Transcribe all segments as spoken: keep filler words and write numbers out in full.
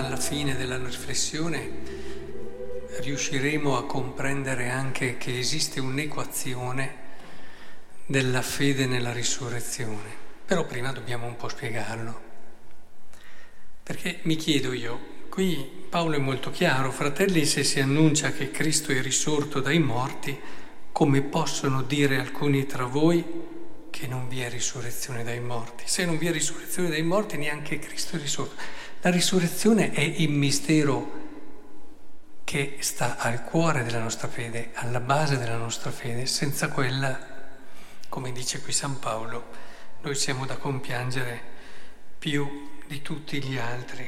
alla fine della riflessione riusciremo a comprendere anche che esiste un'equazione della fede nella risurrezione. Però prima dobbiamo un po' spiegarlo. Perché mi chiedo io, qui Paolo è molto chiaro: fratelli, se si annuncia che Cristo è risorto dai morti, come possono dire alcuni tra voi che non vi è risurrezione dai morti? Se non vi è risurrezione dai morti, neanche Cristo è risorto. La risurrezione è il mistero che sta al cuore della nostra fede, alla base della nostra fede. Senza quella, come dice qui San Paolo, noi siamo da compiangere più di tutti gli altri.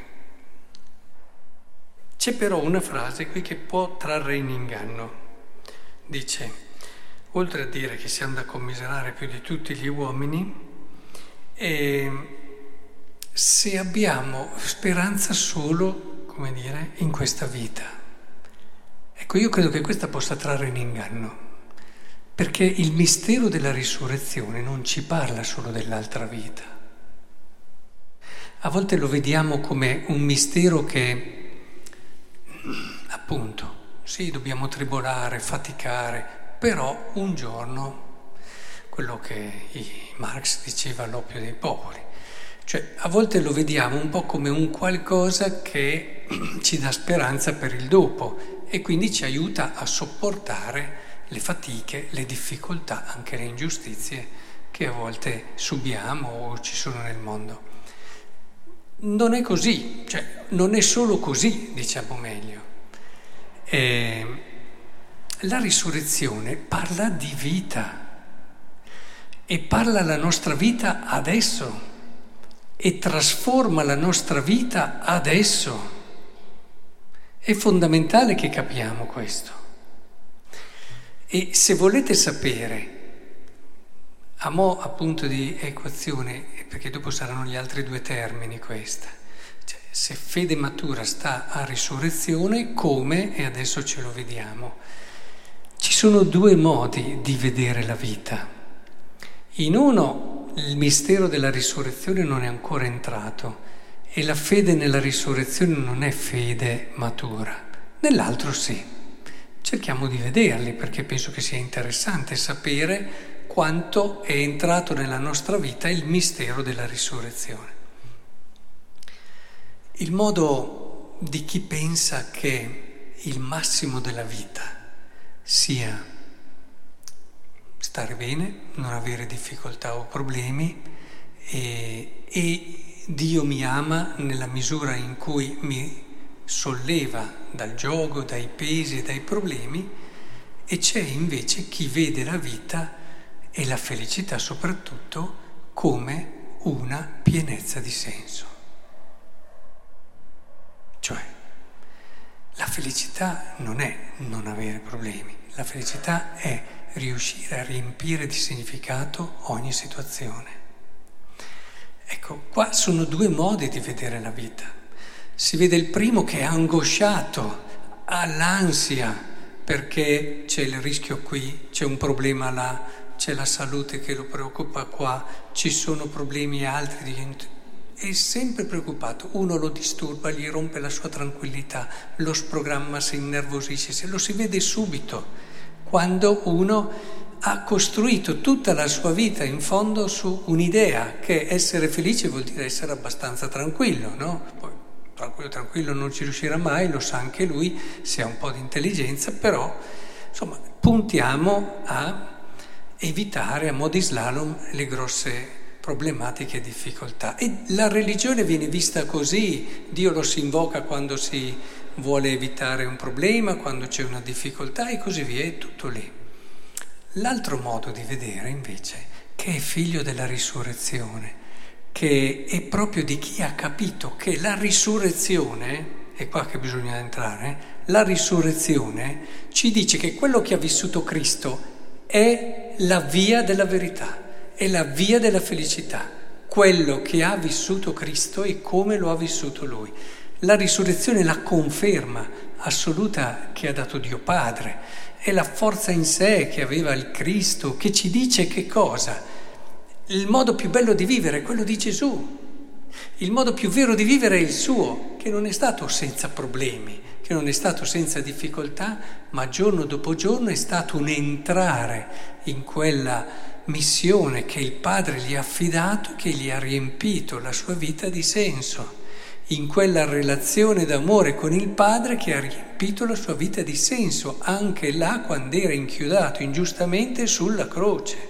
C'è però una frase qui che può trarre in inganno. Dice: oltre a dire che siamo da commiserare più di tutti gli uomini, e se abbiamo speranza solo, come dire, in questa vita. Ecco, io credo che questa possa trarre in inganno, perché il mistero della risurrezione non ci parla solo dell'altra vita. A volte lo vediamo come un mistero che, appunto, sì, dobbiamo tribolare, faticare, però un giorno, quello che Marx diceva, l'oppio dei popoli, cioè a volte lo vediamo un po' come un qualcosa che ci dà speranza per il dopo e quindi ci aiuta a sopportare le fatiche, le difficoltà, anche le ingiustizie che a volte subiamo o ci sono nel mondo. Non è così, cioè non è solo così, diciamo meglio. E la risurrezione parla di vita e parla la nostra vita adesso e trasforma la nostra vita adesso. È fondamentale che capiamo questo. E se volete sapere, a mo' appunto di equazione, perché dopo saranno gli altri due termini questa, cioè, se fede matura sta a risurrezione, come, e adesso ce lo vediamo. Ci sono due modi di vedere la vita. In uno il mistero della risurrezione non è ancora entrato e la fede nella risurrezione non è fede matura. Nell'altro sì. Cerchiamo di vederli perché penso che sia interessante sapere quanto è entrato nella nostra vita il mistero della risurrezione. Il modo di chi pensa che il massimo della vita sia stare bene, non avere difficoltà o problemi e, e Dio mi ama nella misura in cui mi solleva dal gioco, dai pesi e dai problemi, e c'è invece chi vede la vita e la felicità soprattutto come una pienezza di senso. Cioè, la felicità non è non avere problemi, la felicità è riuscire a riempire di significato ogni situazione. Ecco, qua sono due modi di vedere la vita. Si vede il primo che è angosciato, ha l'ansia perché c'è il rischio qui, c'è un problema là, c'è la salute che lo preoccupa qua, ci sono problemi altri di... È sempre preoccupato, uno lo disturba, gli rompe la sua tranquillità, lo sprogramma, si innervosisce, se lo si vede subito quando uno ha costruito tutta la sua vita in fondo su un'idea che essere felice vuol dire essere abbastanza tranquillo, no? Poi tranquillo, tranquillo non ci riuscirà mai, lo sa anche lui, se ha un po' di intelligenza, però insomma puntiamo a evitare a mo' di slalom le grosse problematiche e difficoltà. E la religione viene vista così, Dio lo si invoca quando si vuole evitare un problema, quando c'è una difficoltà e così via, è tutto lì. L'altro modo di vedere invece, che è figlio della risurrezione, che è proprio di chi ha capito che la risurrezione, è qua che bisogna entrare, la risurrezione ci dice che quello che ha vissuto Cristo è la via della verità, è la via della felicità, quello che ha vissuto Cristo e come lo ha vissuto Lui. La risurrezione è la conferma assoluta che ha dato Dio Padre, è la forza in sé che aveva il Cristo, che ci dice che cosa? Il modo più bello di vivere è quello di Gesù. Il modo più vero di vivere è il suo, che non è stato senza problemi, che non è stato senza difficoltà, ma giorno dopo giorno è stato un entrare in quella missione che il Padre gli ha affidato, che gli ha riempito la sua vita di senso, in quella relazione d'amore con il Padre che ha riempito la sua vita di senso, anche là quando era inchiodato ingiustamente sulla croce.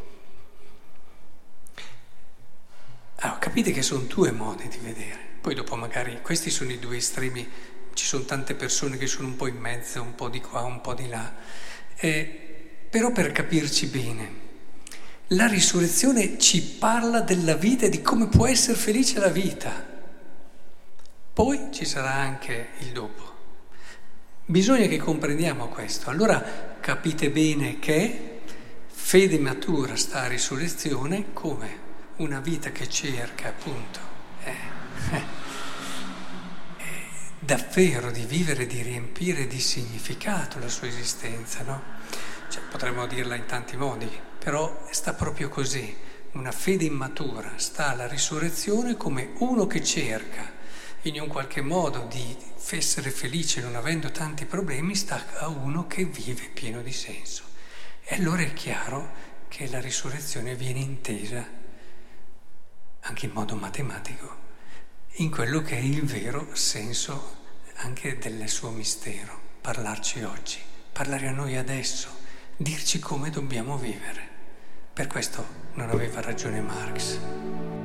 Allora, capite che sono due modi di vedere. Poi dopo magari, questi sono i due estremi, ci sono tante persone che sono un po' in mezzo, un po' di qua, un po' di là. Eh, però per capirci bene, la risurrezione ci parla della vita e di come può essere felice la vita. Poi ci sarà anche il dopo. Bisogna che comprendiamo questo. Allora capite bene che fede matura sta a risurrezione come una vita che cerca appunto eh, eh, eh, davvero di vivere, di riempire di significato la sua esistenza, no? Cioè, potremmo dirla in tanti modi, però sta proprio così. Una fede immatura sta alla risurrezione come uno che cerca in un qualche modo di essere felice non avendo tanti problemi, sta a uno che vive pieno di senso. E allora è chiaro che la risurrezione viene intesa anche in modo matematico, in quello che è il vero senso anche del suo mistero, parlarci oggi, parlare a noi adesso, dirci come dobbiamo vivere. Per questo non aveva ragione Marx.